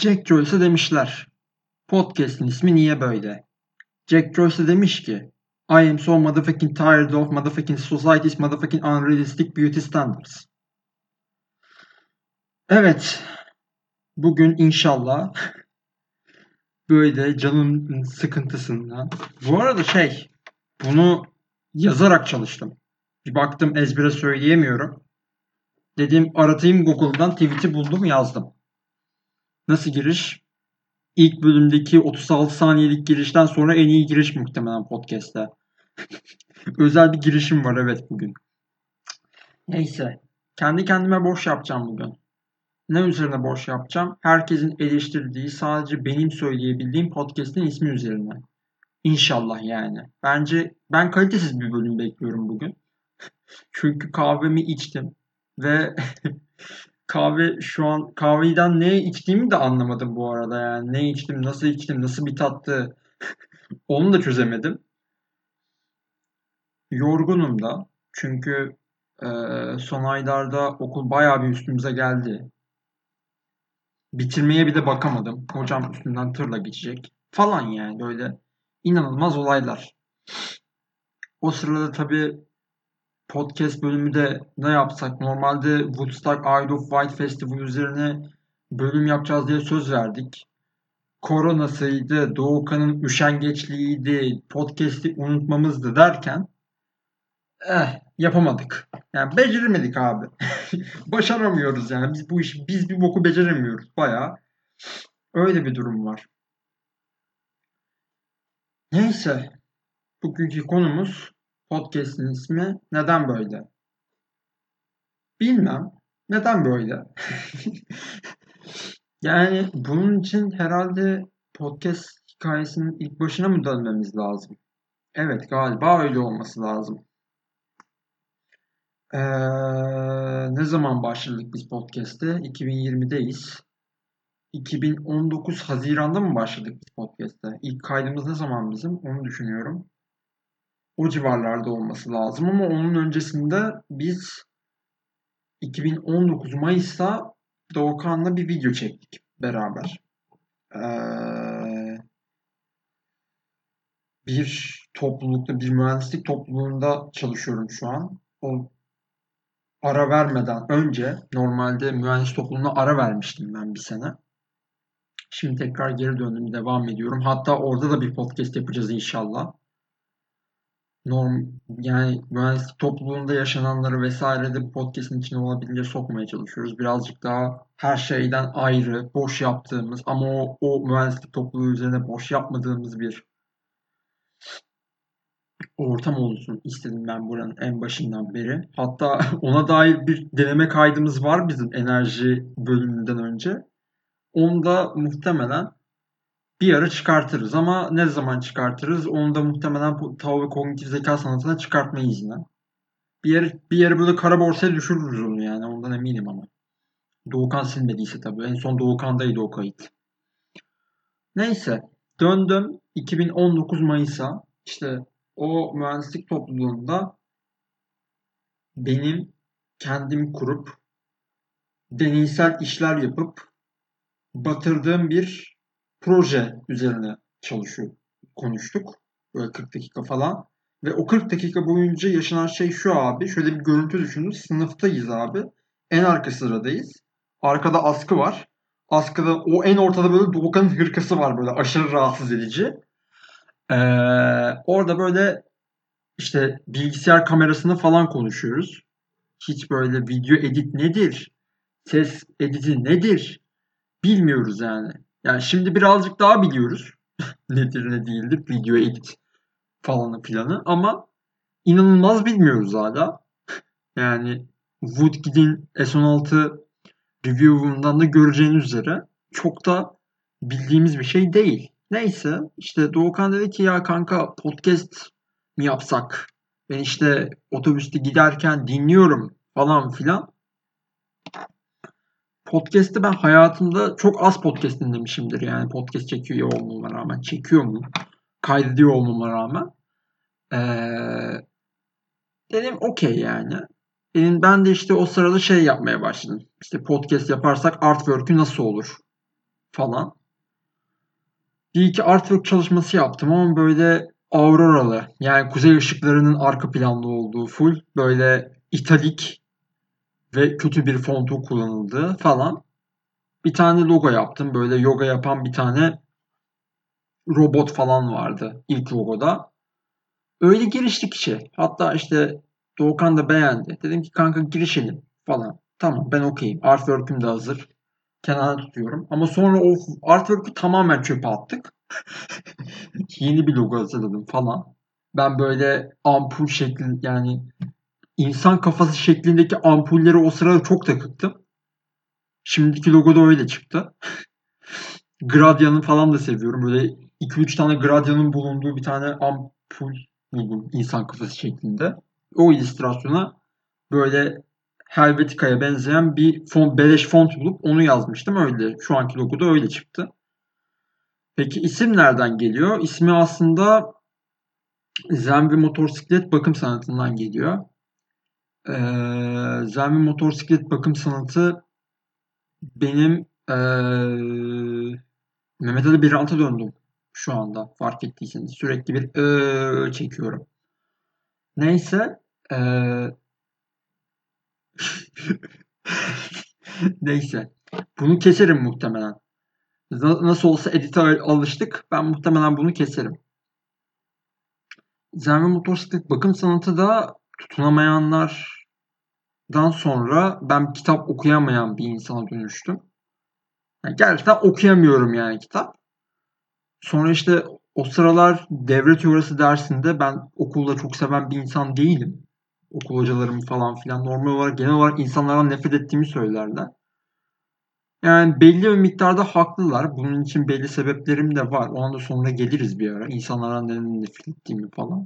Jack Joyce'a demişler. Podcast'in ismi niye böyle? Jack Joyce demiş ki I am so motherfucking tired of motherfucking society's motherfucking unrealistic beauty standards. Evet, bugün inşallah böyle canımın sıkıntısından. Bu arada bunu yazarak çalıştım. Bir baktım ezbere söyleyemiyorum. Dedim aratayım Google'dan tweet'i buldum yazdım. Nasıl giriş? İlk bölümdeki 36 saniyelik girişten sonra en iyi giriş muhtemelen podcast'te. Özel bir girişim var evet bugün. Neyse. Kendi kendime boş yapacağım bugün. Ne üzerine boş yapacağım? Herkesin eleştirdiği sadece benim söyleyebildiğim podcast'in ismi üzerine. İnşallah yani. Bence ben kalitesiz bir bölüm bekliyorum bugün. Çünkü kahvemi içtim. Ve kahve şu an kahveden ne içtiğimi de anlamadım bu arada yani. Ne içtim, nasıl bir tattı onu da çözemedim. Yorgunum da. Çünkü son aylarda okul bayağı bir üstümüze geldi. Bitirmeye bir de bakamadım. Hocam üstünden tırla geçecek falan yani böyle inanılmaz olaylar. O sırada tabii podcast bölümü de ne yapsak? Normalde Woodstock Isle of Wight Festival üzerine bölüm yapacağız diye söz verdik. Koronasıydı, Doğukan'ın üşengeçliğiydi, podcast'i unutmamızdı derken yapamadık. Yani beceremedik abi. Başaramıyoruz yani. Biz bir boku beceremiyoruz. Bayağı öyle bir durum var. Neyse. Bugünkü konumuz podcast'in ismi neden böyle? Bilmem. Neden böyle? Yani bunun için herhalde podcast hikayesinin ilk başına mı dönmemiz lazım? Evet galiba öyle olması lazım. Ne zaman başladık biz podcast'e? 2020'deyiz. 2019 Haziran'da mı başladık biz podcast'e? İlk kaydımız ne zaman bizim? Onu düşünüyorum. O civarlarda olması lazım ama onun öncesinde biz 2019 Mayıs'ta Doğukan'la bir video çektik beraber. Ee, bir toplulukta, bir mühendislik topluluğunda çalışıyorum şu an. O ara vermeden önce normalde mühendis topluluğuna ara vermiştim ben bir sene. Şimdi tekrar geri döndüm, devam ediyorum. Hatta orada da bir podcast yapacağız inşallah. Yani mühendislik topluluğunda yaşananları vesaire de bu podcast'in içine olabildiğince sokmaya çalışıyoruz. Birazcık daha her şeyden ayrı, boş yaptığımız ama o mühendislik topluluğu üzerine boş yapmadığımız bir ortam olsun istedim ben buranın en başından beri. Hatta ona dair bir deneme kaydımız var bizim enerji bölümünden önce. Onu da muhtemelen bir ara çıkartırız ama ne zaman çıkartırız onu da muhtemelen Tao ve kognitif zeka sanatına çıkartmayız yine. Bir yere böyle kara borsaya düşürürüz onu yani ondan eminim ama. Doğukan silmediyse tabii. En son Doğukan'daydı o kayıt. Neyse döndüm 2019 Mayıs'a. İşte o mühendislik topluluğunda benim kendim kurup deneysel işler yapıp batırdığım bir proje üzerine konuştuk. Böyle 40 dakika falan. Ve o 40 dakika boyunca yaşanan şey şu abi. Şöyle bir görüntü düşünün. Sınıftayız abi. En arka sıradayız. Arkada askı var. Askıda o en ortada böyle Doğukan'ın hırkası var böyle aşırı rahatsız edici. Ee, orada böyle işte bilgisayar kamerasını falan konuşuyoruz. Hiç böyle video edit nedir? Ses editi nedir? Bilmiyoruz yani. Yani şimdi birazcık daha biliyoruz. Nedir ne değildir video edit falanı filanı ama inanılmaz bilmiyoruz hala. Yani Woodkid'in S16 review'undan da göreceğiniz üzere çok da bildiğimiz bir şey değil. Neyse işte Doğukan dedi ki ya kanka podcast mi yapsak? Ben işte otobüste giderken dinliyorum falan filan. Podcast'te ben hayatımda çok az podcast dinlemişimdir. Yani podcast çekiyor olmama rağmen. Çekiyor mu? Kaydediyor olmama rağmen. Ee, dedim okey yani. Ben de işte o sırada şey yapmaya başladım. İşte podcast yaparsak artwork'ü nasıl olur? falan. Bir iki artwork çalışması yaptım ama böyle auroralı. Yani kuzey ışıklarının arka planda olduğu full. Böyle italik ve kötü bir fontu kullanıldığı falan. Bir tane logo yaptım. Böyle yoga yapan bir tane robot falan vardı ilk logoda. Öyle giriştik işe. Hatta işte Doğukan da beğendi. Dedim ki kanka girişelim falan. Tamam ben okeyim. Artwork'üm de hazır. Kenara tutuyorum. Ama sonra o artwork'ü tamamen çöpe attık. Yeni bir logo hazırladım falan. Ben böyle ampul şekli yani insan kafası şeklindeki ampulleri o sırada çok takıktım. Şimdiki logo da öyle çıktı. Gradia'nın falan da seviyorum. Böyle iki üç tane Gradia'nın bulunduğu bir tane ampul buldum insan kafası şeklinde. O illüstrasyona böyle Helvetica'ya benzeyen bir font, beleş font bulup onu yazmıştım. Öyle. Şu anki logo da öyle çıktı. Peki isim nereden geliyor? İsmi aslında Zen ve motosiklet bakım sanatından geliyor. Zen ve motosiklet bakım sanatı benim Mehmet Ali Birant'a döndüm şu anda fark ettiyseniz. Sürekli bir çekiyorum. Neyse. eee, neyse. Bunu keserim muhtemelen. Nasıl olsa edite alıştık. Ben muhtemelen bunu keserim. Zen ve motosiklet bakım sanatı da tutunamayanlardan sonra ben kitap okuyamayan bir insana dönüştüm. Yani gerçekten okuyamıyorum yani kitap. Sonra işte o sıralar devre teorisi dersinde ben okulda çok seven bir insan değilim. Okul hocalarım falan filan normal olarak genel olarak insanlardan nefret ettiğimi söylerler. Yani belli bir miktarda haklılar. Bunun için belli sebeplerim de var. O anda sonra geliriz bir ara. İnsanlardan neden nefret ettiğimi falan.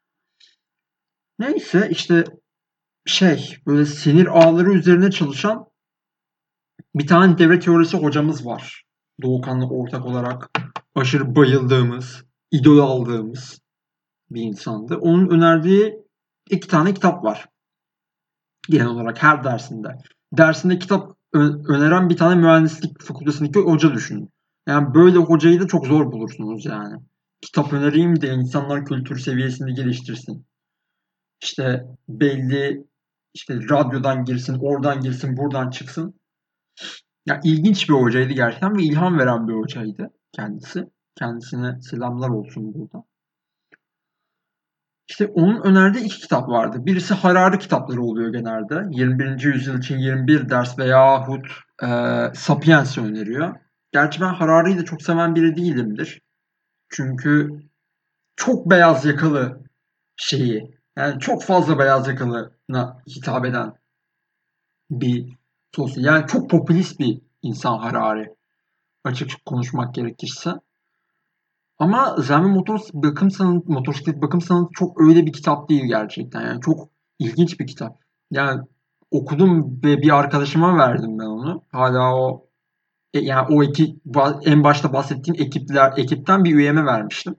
Neyse işte böyle sinir ağları üzerine çalışan bir tane devre teorisi hocamız var. Doğukan'la ortak olarak aşırı bayıldığımız, idol aldığımız bir insandı. Onun önerdiği iki tane kitap var. Genel olarak her dersinde. Dersinde kitap öneren bir tane mühendislik fakültesindeki hoca düşünün. Yani böyle hocayı da çok zor bulursunuz yani. Kitap önereyim de insanlar kültür seviyesini geliştirsin. İşte belli işte radyodan girsin, oradan girsin, buradan çıksın. Ya ilginç bir hocaydı gerçekten ve ilham veren bir hocaydı kendisi. Kendisine selamlar olsun burada. İşte onun önerdiği iki kitap vardı. Birisi Harari kitapları oluyor genelde. 21. yüzyıl için 21 ders veyahut Sapiens'i öneriyor. Gerçi ben Harari'yi de çok seven biri değilimdir. Çünkü çok beyaz yakalı şeyi. Yani çok fazla beyaz yakalına hitap eden bir sosyal. Yani çok popülist bir insan Harari. Açık konuşmak gerekirse. Ama Zen ve motosiklet bakım sanatı çok öyle bir kitap değil gerçekten. Yani çok ilginç bir kitap. Yani okudum ve bir arkadaşıma verdim ben onu. Hala yani en başta bahsettiğim ekipten bir üyeme vermiştim.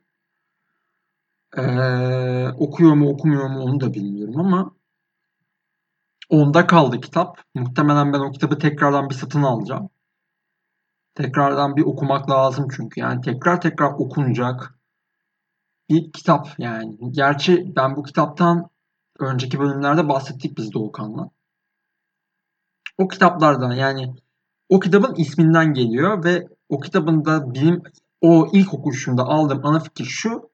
Okuyor mu okumuyor mu onu da bilmiyorum ama onda kaldı kitap. Muhtemelen ben o kitabı tekrardan bir satın alacağım. Tekrardan bir okumak lazım çünkü. Yani tekrar tekrar okunacak bir kitap yani. Gerçi ben bu kitaptan önceki bölümlerde bahsettik biz Doğukan'la. O kitaplardan yani o kitabın isminden geliyor ve o kitabın da benim o ilk okuyuşumda aldığım ana fikir şu.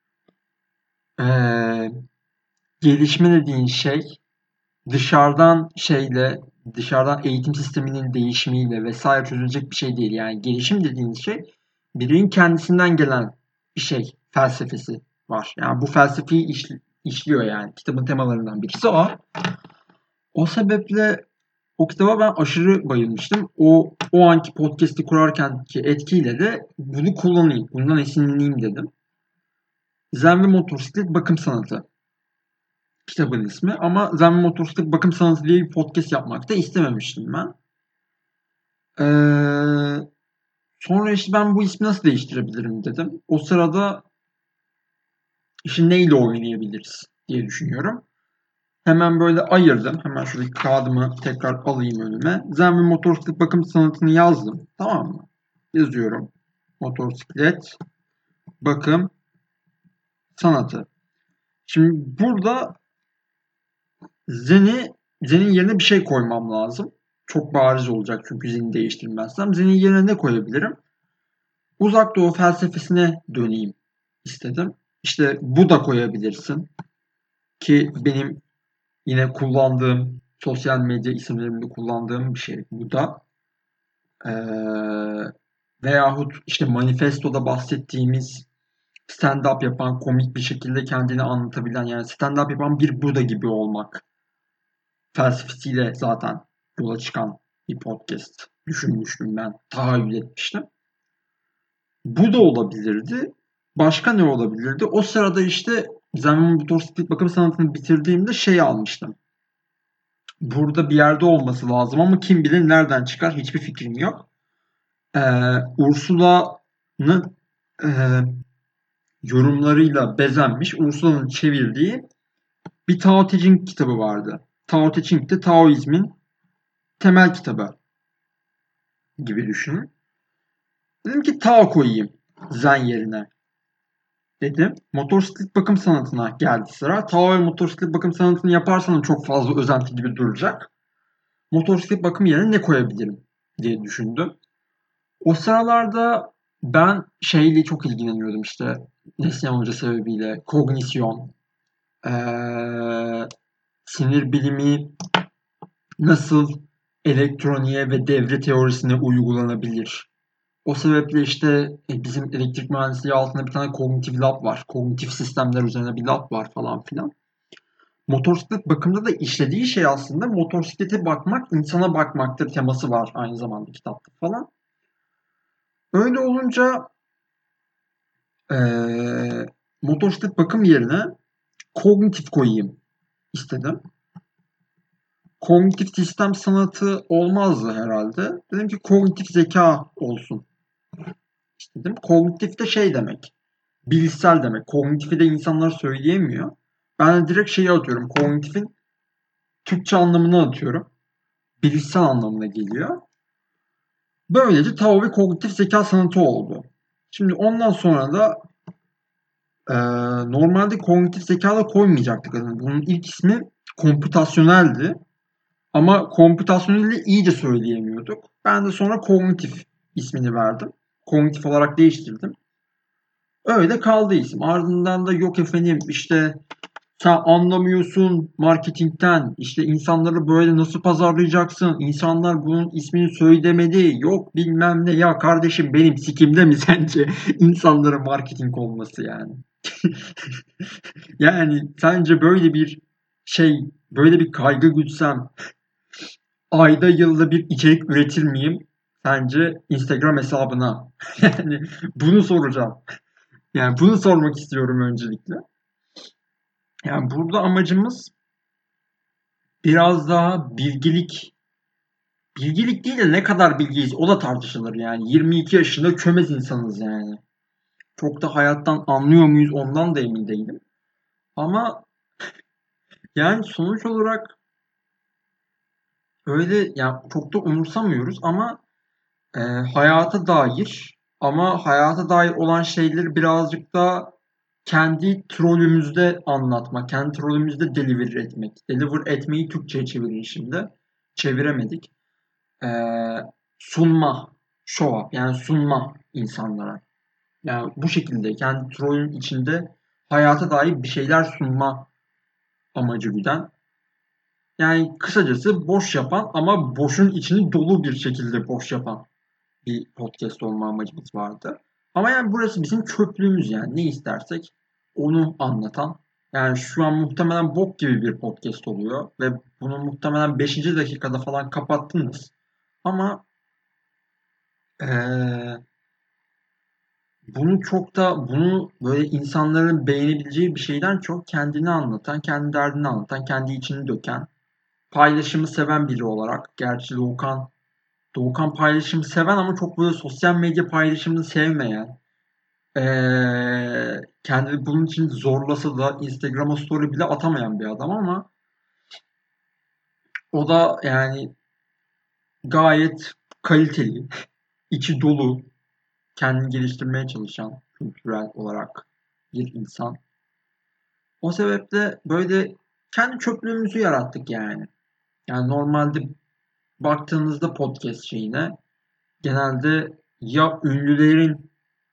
Ee, gelişme dediğin şey dışarıdan eğitim sisteminin değişimiyle vesaire çözülecek bir şey değil. Yani gelişim dediğiniz şey birinin kendisinden gelen bir şey felsefesi var. Yani bu felsefeyi işliyor yani. Kitabın temalarından birisi o. O sebeple o kitaba ben aşırı bayılmıştım. O anki podcast'i kurarken ki etkiyle de bunu kullanayım. Bundan esinleneyim dedim. Zen ve motosiklet bakım sanatı kitabın ismi. Ama Zen ve motosiklet bakım sanatı diye bir podcast yapmak da istememiştim ben. Ee, sonra işte ben bu ismi nasıl değiştirebilirim dedim. O sırada işte neyle oynayabiliriz diye düşünüyorum. Hemen böyle ayırdım. Hemen şuradaki kağıdımı tekrar alayım önüme. Zen ve motosiklet bakım sanatını yazdım. Tamam mı? Yazıyorum. Motosiklet bakım sanatı. Şimdi burada Zen'in yerine bir şey koymam lazım. Çok bariz olacak çünkü Zen'i değiştirmezsem. Zen'in yerine ne koyabilirim? Uzak Doğu felsefesine döneyim istedim. İşte bu da koyabilirsin ki benim yine kullandığım sosyal medya isimlerimde kullandığım bir şey bu da. Veyahut işte manifestoda bahsettiğimiz stand-up yapan, komik bir şekilde kendini anlatabilen yani stand-up yapan bir Buda gibi olmak felsefesiyle zaten yola çıkan bir podcast düşünmüştüm ben. Tahayyül etmiştim. Bu da olabilirdi. Başka ne olabilirdi? O sırada işte Zen Motorsiklet bakım sanatını bitirdiğimde şey almıştım. Burada bir yerde olması lazım ama kim bilir nereden çıkar hiçbir fikrim yok. Ursula'nın e, yorumlarıyla bezenmiş, Ursula'nın çevirdiği bir Tao Te Ching kitabı vardı. Tao Te Ching de Taoizmin temel kitabı gibi düşünün. Dedim ki Tao koyayım Zen yerine dedim. Motosiklet bakım sanatına geldi sıra. Tao ve motosiklet bakım sanatını yaparsan çok fazla özenti gibi duracak. Motosiklet bakım yerine ne koyabilirim diye düşündüm. O sıralarda ben şeyle çok ilgileniyordum işte Neslihan Hoca sebebiyle. Kognisyon, sinir bilimi nasıl elektroniğe ve devre teorisine uygulanabilir? O sebeple işte bizim elektrik mühendisliği altında bir tane kognitif lab var. Kognitif sistemler üzerine bir lab var falan filan. Motosiklet bakımında da işlediği şey aslında motosiklete bakmak, insana bakmaktır teması var aynı zamanda kitapta falan. Öyle olunca motosiklet bakım yerine kognitif koyayım istedim. Kognitif sistem sanatı olmazdı herhalde. Dedim ki kognitif zeka olsun istedim. Kognitif de şey demek. Bilişsel demek. Kognitifi de insanlar söyleyemiyor. Ben de direkt şeyi atıyorum. Kognitifin Türkçe anlamını atıyorum. Bilişsel anlamına geliyor. Böylece Tao ve kognitif zeka sanatı oldu. Şimdi ondan sonra da normalde kognitif zeka da koymayacaktık. Yani bunun ilk ismi kompütasyoneldi. Ama kompütasyoneli iyice söyleyemiyorduk. Ben de sonra kognitif ismini verdim. Kognitif olarak değiştirdim. Öyle kaldı isim. Ardından da yok efendim işte sen anlamıyorsun marketingten. İşte insanları böyle nasıl pazarlayacaksın? İnsanlar bunun ismini söylemedi. Yok bilmem ne. Ya kardeşim benim sikimde mi sence insanların marketing olması yani? Yani sence böyle bir şey, böyle bir kaygı gütsem ayda yılda bir içerik üretir miyim? Sence Instagram hesabına? Yani bunu soracağım. Yani bunu sormak istiyorum öncelikle. Yani burada amacımız biraz daha bilgilik değil de ne kadar bilgiyiz o da tartışılır yani. 22 yaşında çömez insanız yani. Çok da hayattan anlıyor muyuz ondan da emin değilim. Ama yani sonuç olarak öyle yani çok da umursamıyoruz ama e, hayata dair ama hayata dair olan şeyleri birazcık da kendi trolümüzde anlatmak, kendi trolümüzde deliver etmek. Deliver etmeyi Türkçe'ye çevirin şimdi. Çeviremedik. Ee, sunma, show up yani sunma insanlara. Yani bu şekilde kendi trollün içinde hayata dair bir şeyler sunma amacı güden. Yani kısacası boş yapan ama boşun içini dolu bir şekilde boş yapan bir podcast olma amacımız vardı. Ama yani burası bizim çöplüğümüz yani ne istersek onu anlatan. Yani şu an muhtemelen bok gibi bir podcast oluyor ve bunu muhtemelen 5. dakikada falan kapattınız. Ama ee, bunu böyle insanların beğenebileceği bir şeyden çok kendini anlatan, kendi derdini anlatan, kendi içini döken, paylaşımı seven biri olarak. Gerçi Doğukan paylaşımı seven ama çok böyle sosyal medya paylaşımını sevmeyen, kendini bunun için zorlasa da Instagram'a story bile atamayan bir adam ama o da yani gayet kaliteli, içi dolu. kendini geliştirmeye çalışan kültürel olarak bir insan. O sebeple böyle kendi çöplüğümüzü yarattık yani. Yani normalde baktığınızda podcast şeyine genelde ya ünlülerin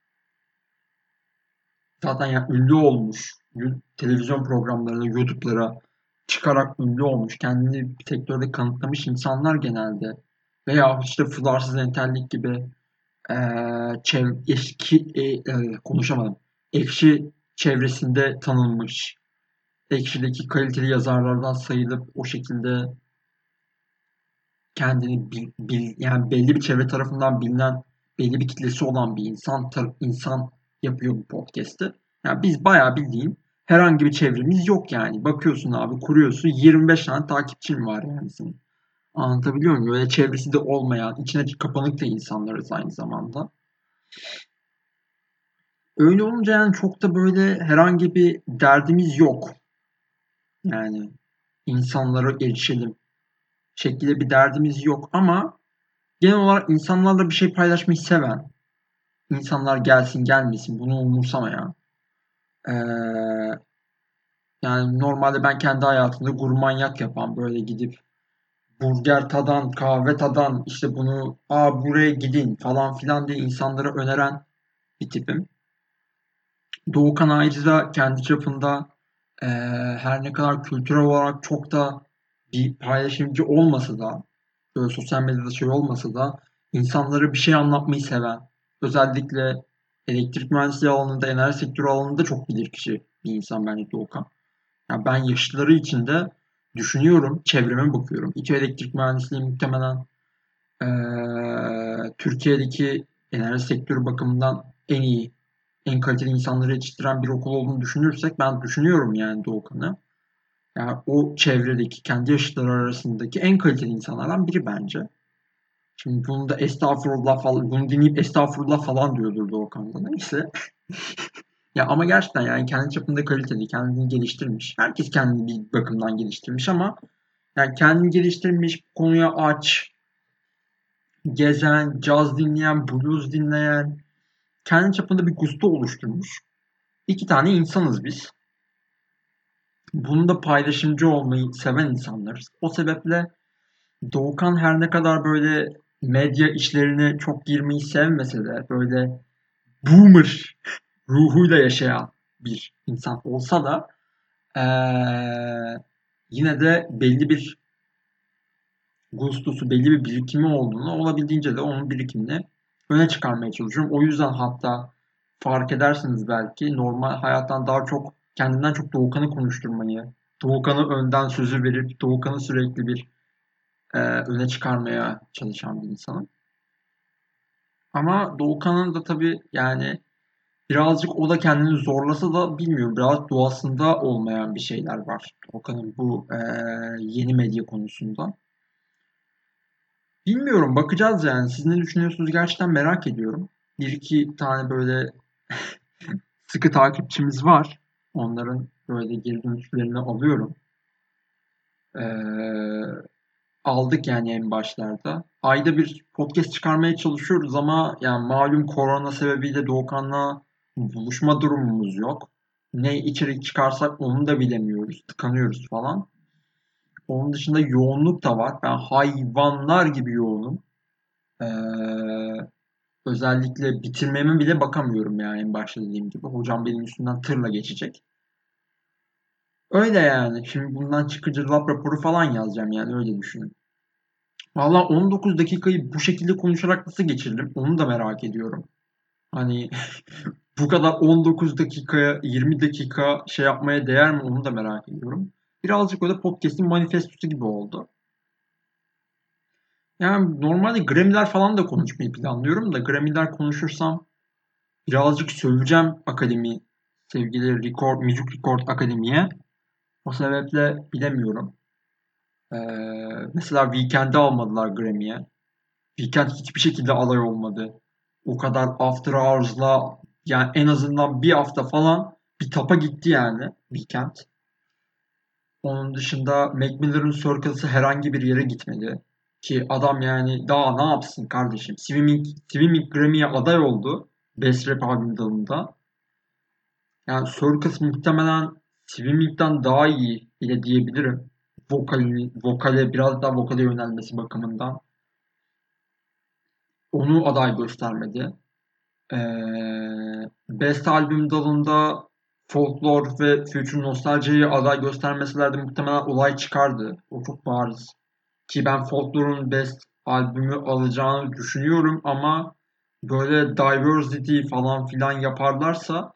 zaten ya ünlü olmuş televizyon programlarına, YouTube'lara çıkarak ünlü olmuş, kendini bir sektörde kanıtlamış insanlar genelde veya işte Fularsız Entellik gibi konuşamadım. Ekşi çevresinde tanınmış, Ekşi'deki kaliteli yazarlardan sayılıp o şekilde kendini yani belli bir çevre tarafından bilinen belli bir kitlesi olan bir insan yapıyor bu podcast'ı. Yani biz bayağı bildiğin herhangi bir çevremiz yok yani. Bakıyorsun abi kuruyorsun 25 tane takipçin var yani senin. Anlatabiliyor muyum? Böyle çevresi de olmayan, içine kapanık da insanlarız aynı zamanda. Öyle olunca yani çok da böyle herhangi bir derdimiz yok. Yani insanlara erişelim şekilde bir derdimiz yok ama genel olarak insanlarla bir şey paylaşmayı seven, insanlar gelsin gelmesin bunu umursamayan, eee, yani normalde ben kendi hayatımda gurmanyak yapan, böyle gidip burger tadan, kahve tadan, işte bunu buraya gidin falan filan diye insanlara öneren bir tipim. Doğukan ayrıca kendi çapında her ne kadar kültürel olarak çok da bir paylaşımcı olmasa da, böyle sosyal medyada şey olmasa da insanlara bir şey anlatmayı seven, özellikle elektrik mühendisliği alanında, enerji sektörü alanında çok bilirkişi bir insan bence Doğukan. Yani ben yaşlıları için de düşünüyorum, çevreme bakıyorum. İTÜ Elektrik Mühendisliği muhtemelen Türkiye'deki enerji sektörü bakımından en iyi, en kaliteli insanları yetiştiren bir okul olduğunu düşünürsek ben düşünüyorum yani Doğukan'ı. Yani o çevredeki, kendi yaşıtları arasındaki en kaliteli insanlardan biri bence. Şimdi bunu da estağfurullah falan, bunu dinleyip estağfurullah falan diyordur Doğukan da. Neyse. Ya ama gerçekten yani kendi çapında kaliteli, kendini geliştirmiş. Herkes kendini bir bakımdan geliştirmiş ama yani kendini geliştirmiş, konuya aç, gezen, caz dinleyen, blues dinleyen, kendi çapında bir gusto oluşturmuş. İki tane insanız biz. Bunu da paylaşımcı olmayı seven insanlarız. O sebeple Doğukan her ne kadar böyle medya işlerine çok girmeyi sevmese de böyle boomer ruhuyla yaşayan bir insan olsa da yine de belli bir gustosu, belli bir birikimi olduğunu, olabildiğince de onun birikimini öne çıkarmaya çalışıyorum. O yüzden hatta fark edersiniz belki normal hayattan daha çok kendimden çok Doğukan'ı konuşturmayı, Doğukan'ı önden sözü verip Doğukan'ı sürekli bir öne çıkarmaya çalışan bir insanım. Ama Doğukan'ın da tabii yani birazcık o da kendini zorlasa da bilmiyorum. Biraz doğasında olmayan bir şeyler var. Doğukan'ın bu yeni medya konusunda. Bilmiyorum, bakacağız yani. Siz ne düşünüyorsunuz gerçekten merak ediyorum. Bir iki tane böyle sıkı takipçimiz var. Onların böyle geri dönüşlerini alıyorum. Ee, Aldık yani en başlarda. Ayda bir podcast çıkarmaya çalışıyoruz ama yani malum korona sebebiyle Doğukan'la buluşma durumumuz yok. Ne içerik çıkarsak onu da bilemiyoruz. Tıkanıyoruz falan. Onun dışında yoğunluk da var. Ben hayvanlar gibi yoğunum. Ee, Özellikle bitirmeme bile bakamıyorum yani en başta dediğim gibi. Hocam benim üstünden tırla geçecek. Öyle yani. Şimdi bundan çıkınca lab raporu falan yazacağım yani öyle düşünün. Valla 19 dakikayı bu şekilde konuşarak nasıl geçirdim onu da merak ediyorum. Hani bu kadar 19 dakikaya 20 dakika şey yapmaya değer mi onu da merak ediyorum. Birazcık öyle podcast'in manifestosu gibi oldu. Yani normalde Grammy'ler falan da konuşmayı planlıyorum da Grammy'ler konuşursam birazcık söveceğim akademi, sevgili Music Record Akademi'ye. O sebeple bilemiyorum. Ee, Mesela Weekend'i almadılar Grammy'ye. Weekend hiçbir şekilde aday olmadı. O kadar After Hours'la yani en azından bir hafta falan bir tapa gitti yani Weekend. Onun dışında Mac Miller'ın Circle'sı herhangi bir yere gitmedi. Ki adam yani daha ne yapsın kardeşim? Swimming Grammy'ye aday oldu. Best Rap albüm dalında. Yani Circus muhtemelen Swimming'den daha iyi bile diyebilirim. Biraz daha vokale yönelmesi bakımından. Onu aday göstermedi. Best albüm dalında Folklore ve Future Nostaljia'yı aday göstermeselerdi muhtemelen olay çıkardı. O çok bariz. Ki ben Folklore'un Best albümü alacağını düşünüyorum ama böyle diversity falan filan yaparlarsa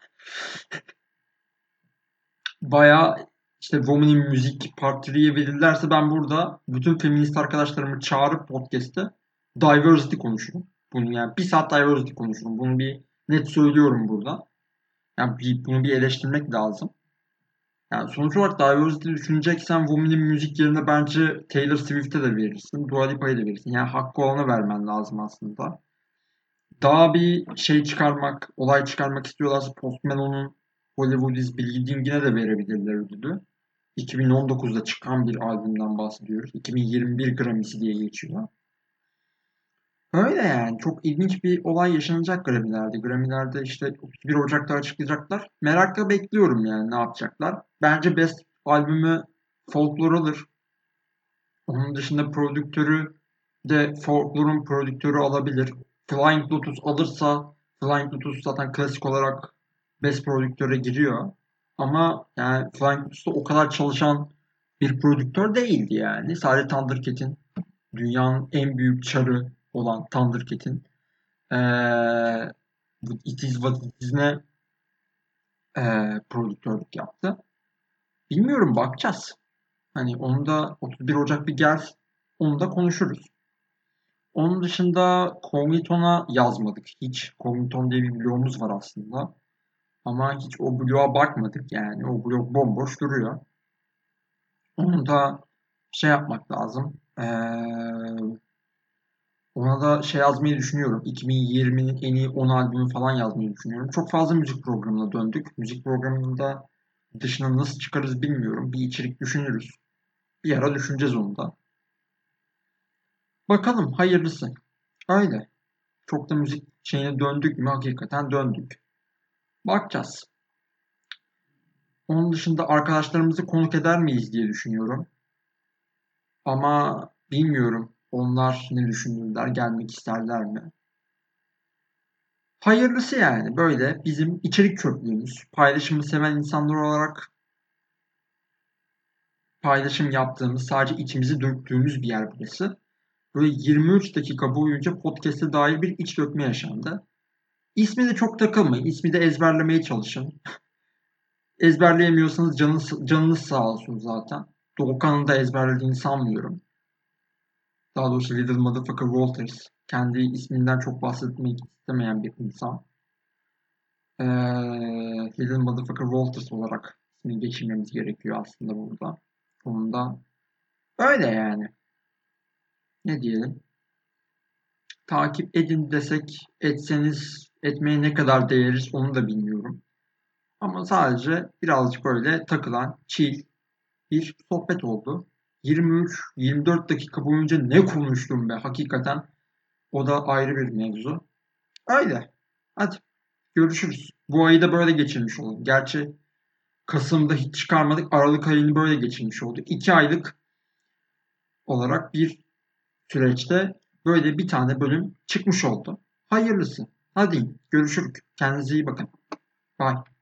bayağı işte Women in Music Part 3'ye verirlerse ben burada bütün feminist arkadaşlarımı çağırıp podcast'te diversity konuşurum. Bunu yani bir saat diversity konuşurum. Bunu bir net söylüyorum burada. Yani bunu bir eleştirmek lazım. Yani sonuç olarak diversity düşüneceksen Women in Music yerine bence Taylor Swift'e de verirsin. Dua Lipa'ya da verirsin. Yani hakkı olana vermen lazım aslında. Daha bir şey çıkarmak, olay çıkarmak istiyorlarsa Post Malone'un Hollywood is Bleeding'ine de verebilirler ödülü. 2019'da çıkan bir albümden bahsediyoruz. 2021 Grammy'si diye geçiyor. Öyle yani. Çok ilginç bir olay yaşanacak Grammy'lerde. Grammy'lerde işte 31 Ocak'ta açıklayacaklar. Merakla bekliyorum yani ne yapacaklar. Bence Best albümü Folklore alır. Onun dışında prodüktörü de Folklore'un prodüktörü alabilir. Flying Lotus alırsa Flying Lotus zaten klasik olarak Best prodüktöre giriyor. Ama yani Flying Lotus'ta o kadar çalışan bir prodüktör değildi yani. Sadece Thundercat'in dünyanın en büyük çarı olan Thundercat'in It Is What It Is'ne prodüktörlük yaptı. Bilmiyorum bakacağız. Hani onu da 31 Ocak bir gel, onu da konuşuruz. Onun dışında Cogniton'a yazmadık hiç. Cogniton diye bir blogumuz var aslında. Ama hiç o bloğa bakmadık yani. O blog bomboş duruyor. Onu da şey yapmak lazım. Ona da şey yazmayı düşünüyorum. 2020'nin en iyi 10 albümü falan yazmayı düşünüyorum. Çok fazla müzik programına döndük. Müzik programında dışına nasıl çıkarız bilmiyorum. Bir içerik düşünürüz. Bir ara düşüneceğiz onu da. Bakalım hayırlısı. Öyle. Çok da müzik şeyine döndük mü? Hakikaten döndük. Bakacağız. Onun dışında arkadaşlarımızı konuk eder miyiz diye düşünüyorum. Ama bilmiyorum. Onlar ne düşünürler, gelmek isterler mi? Hayırlısı yani. Böyle bizim içerik çöplüğümüz. Paylaşımı seven insanlar olarak paylaşım yaptığımız, sadece içimizi döktüğümüz bir yer burası. Böyle 23 dakika boyunca podcast'e dair bir iç dökme yaşandı. İsmine çok takılmayın. İsmi de ezberlemeye çalışın. Ezberleyemiyorsanız canınız sağ olsun zaten. Doğukan'ın da ezberlediğini sanmıyorum. Daha doğrusu Little Motherfucker Walters. Kendi isminden çok bahsetmek istemeyen bir insan. Little Motherfucker Walters olarak ismini geçirmemiz gerekiyor aslında burada. Sonunda öyle yani. Ne diyelim? Takip edin desek etseniz etmeye ne kadar değeriz onu da bilmiyorum. Ama sadece birazcık öyle takılan chill bir sohbet oldu. 23-24 dakika boyunca ne konuştum be hakikaten. O da ayrı bir mevzu. Öyle. Hadi görüşürüz. Bu ayı da böyle geçirmiş olalım. Gerçi Kasım'da hiç çıkarmadık. Aralık ayını böyle geçirmiş olduk. 2 aylık olarak bir süreçte böyle bir tane bölüm çıkmış oldu. Hayırlısı. Hadi görüşürüz. Kendinize iyi bakın. Bye.